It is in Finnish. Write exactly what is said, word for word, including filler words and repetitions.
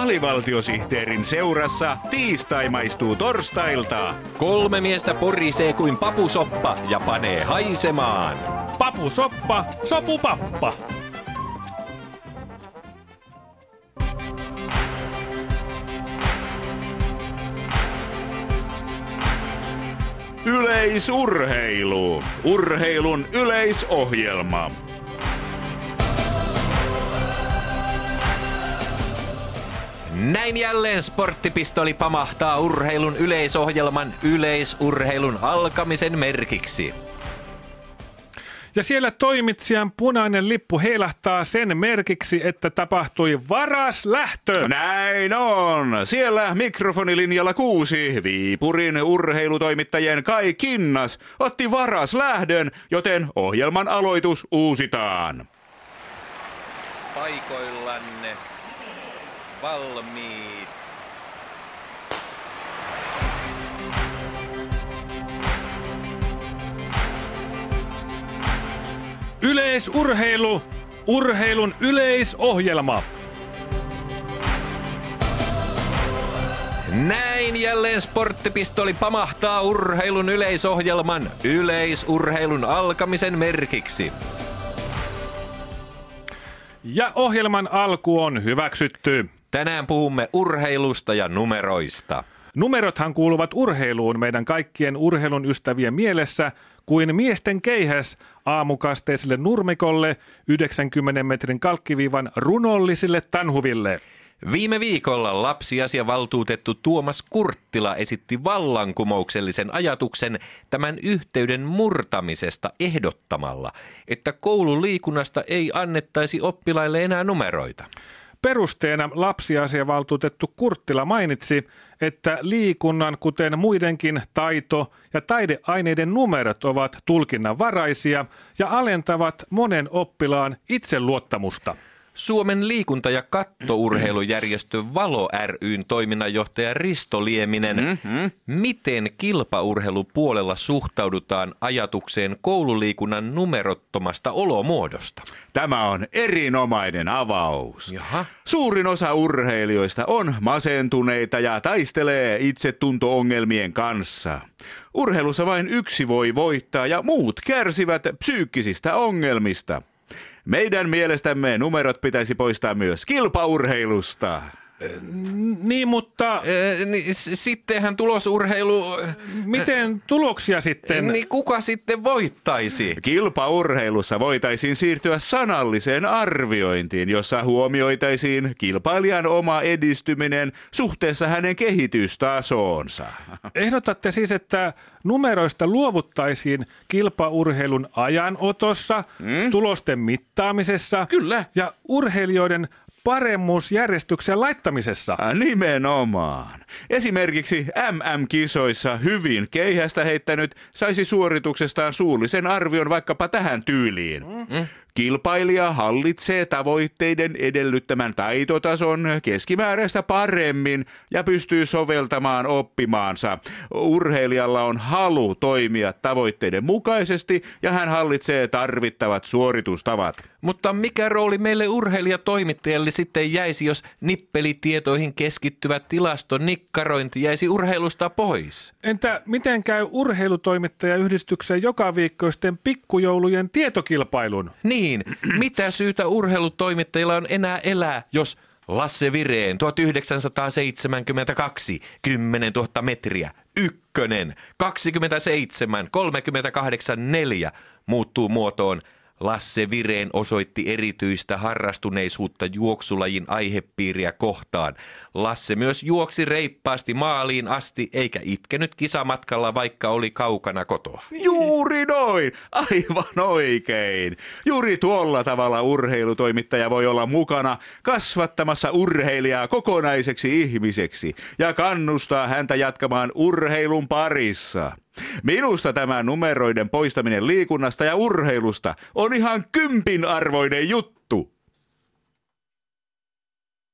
alivaltiosihteerin seurassa tiistai maistuu torstailta. Kolme miestä porisee kuin papusoppa ja panee haisemaan. Papusoppa, sopupappa. Yleisurheilu. Urheilun yleisohjelma. Näin jälleen sporttipistoli pamahtaa urheilun yleisohjelman yleisurheilun alkamisen merkiksi. Ja siellä toimitsijan punainen lippu heilahtaa sen merkiksi, että tapahtui varas lähtö. Näin on. Siellä mikrofonilinjalla kuusi Viipurin urheilutoimittajien Kai Kinnas otti varas lähdön, joten ohjelman aloitus uusitaan. Paikoillanne. Valmiit. Yleisurheilu, urheilun yleisohjelma. Näin jälleen sporttipistoli pamahtaa urheilun yleisohjelman yleisurheilun alkamisen merkiksi. Ja ohjelman alku on hyväksytty. Tänään puhumme urheilusta ja numeroista. Numerothan kuuluvat urheiluun meidän kaikkien urheilun ystävien mielessä kuin miesten keihäs aamukasteiselle nurmikolle, yhdeksänkymmenen metrin kalkkiviivan runollisille tanhuville. Viime viikolla lapsiasiavaltuutettu Tuomas Kurttila esitti vallankumouksellisen ajatuksen tämän yhteyden murtamisesta ehdottamalla, että koululiikunnasta ei annettaisi oppilaille enää numeroita. Perusteena lapsiasiavaltuutettu Kurttila mainitsi, että liikunnan, kuten muidenkin taito- ja taideaineiden numerot ovat tulkinnanvaraisia ja alentavat monen oppilaan itseluottamusta. Suomen liikunta- ja kattourheilujärjestö Valo ry:n toiminnanjohtaja Risto Lieminen. Mm-hmm. Miten kilpaurheilupuolella suhtaudutaan ajatukseen koululiikunnan numerottomasta olomuodosta? Tämä on erinomainen avaus. Jaha. Suurin osa urheilijoista on masentuneita ja taistelee itsetunto-ongelmien kanssa. Urheilussa vain yksi voi voittaa ja muut kärsivät psyykkisistä ongelmista. Meidän mielestämme numerot pitäisi poistaa myös kilpaurheilusta. Niin, mutta... Ee, niin, sittenhän tulosurheilu... Miten tuloksia sitten? Niin kuka sitten voittaisi? Kilpaurheilussa voitaisiin siirtyä sanalliseen arviointiin, jossa huomioitaisiin kilpailijan oma edistyminen suhteessa hänen kehitystasoonsa. Ehdotatte siis, että numeroista luovuttaisiin kilpaurheilun ajanotossa, mm? tulosten mittaamisessa Kyllä. ja urheilijoiden paremmuusjärjestyksen laittamisessa. Nimenomaan. Esimerkiksi M M-kisoissa hyvin keihästä heittänyt saisi suorituksestaan suullisen arvion vaikkapa tähän tyyliin. Mm. Kilpailija hallitsee tavoitteiden edellyttämän taitotason keskimääräistä paremmin ja pystyy soveltamaan oppimaansa. Urheilijalla on halu toimia tavoitteiden mukaisesti ja hän hallitsee tarvittavat suoritustavat. Mutta mikä rooli meille urheilijatoimittajalle sitten jäisi, jos nippelitietoihin keskittyvä tilastonikkarointi jäisi urheilusta pois? Entä miten käy urheilutoimittajayhdistyksen joka viikkoisten pikkujoulujen tietokilpailun? Niin, mitä syytä urheilutoimittajilla on enää elää, jos Lasse Vireen tuhatyhdeksänsataaseitsemänkymmentäkaksi, kymmenentuhatta metriä, ykkönen, kaksikymmentäseitsemän, kolmekymmentäkahdeksan, neljä muuttuu muotoon Lasse Vireen osoitti erityistä harrastuneisuutta juoksulajin aihepiiriä kohtaan. Lasse myös juoksi reippaasti maaliin asti eikä itkenyt kisamatkalla, vaikka oli kaukana kotoa. Juuri noin, aivan oikein. Juuri tuolla tavalla urheilutoimittaja voi olla mukana kasvattamassa urheilijaa kokonaiseksi ihmiseksi ja kannustaa häntä jatkamaan urheilun parissa. Minusta tämä numeroiden poistaminen liikunnasta ja urheilusta on ihan kympin arvoinen juttu.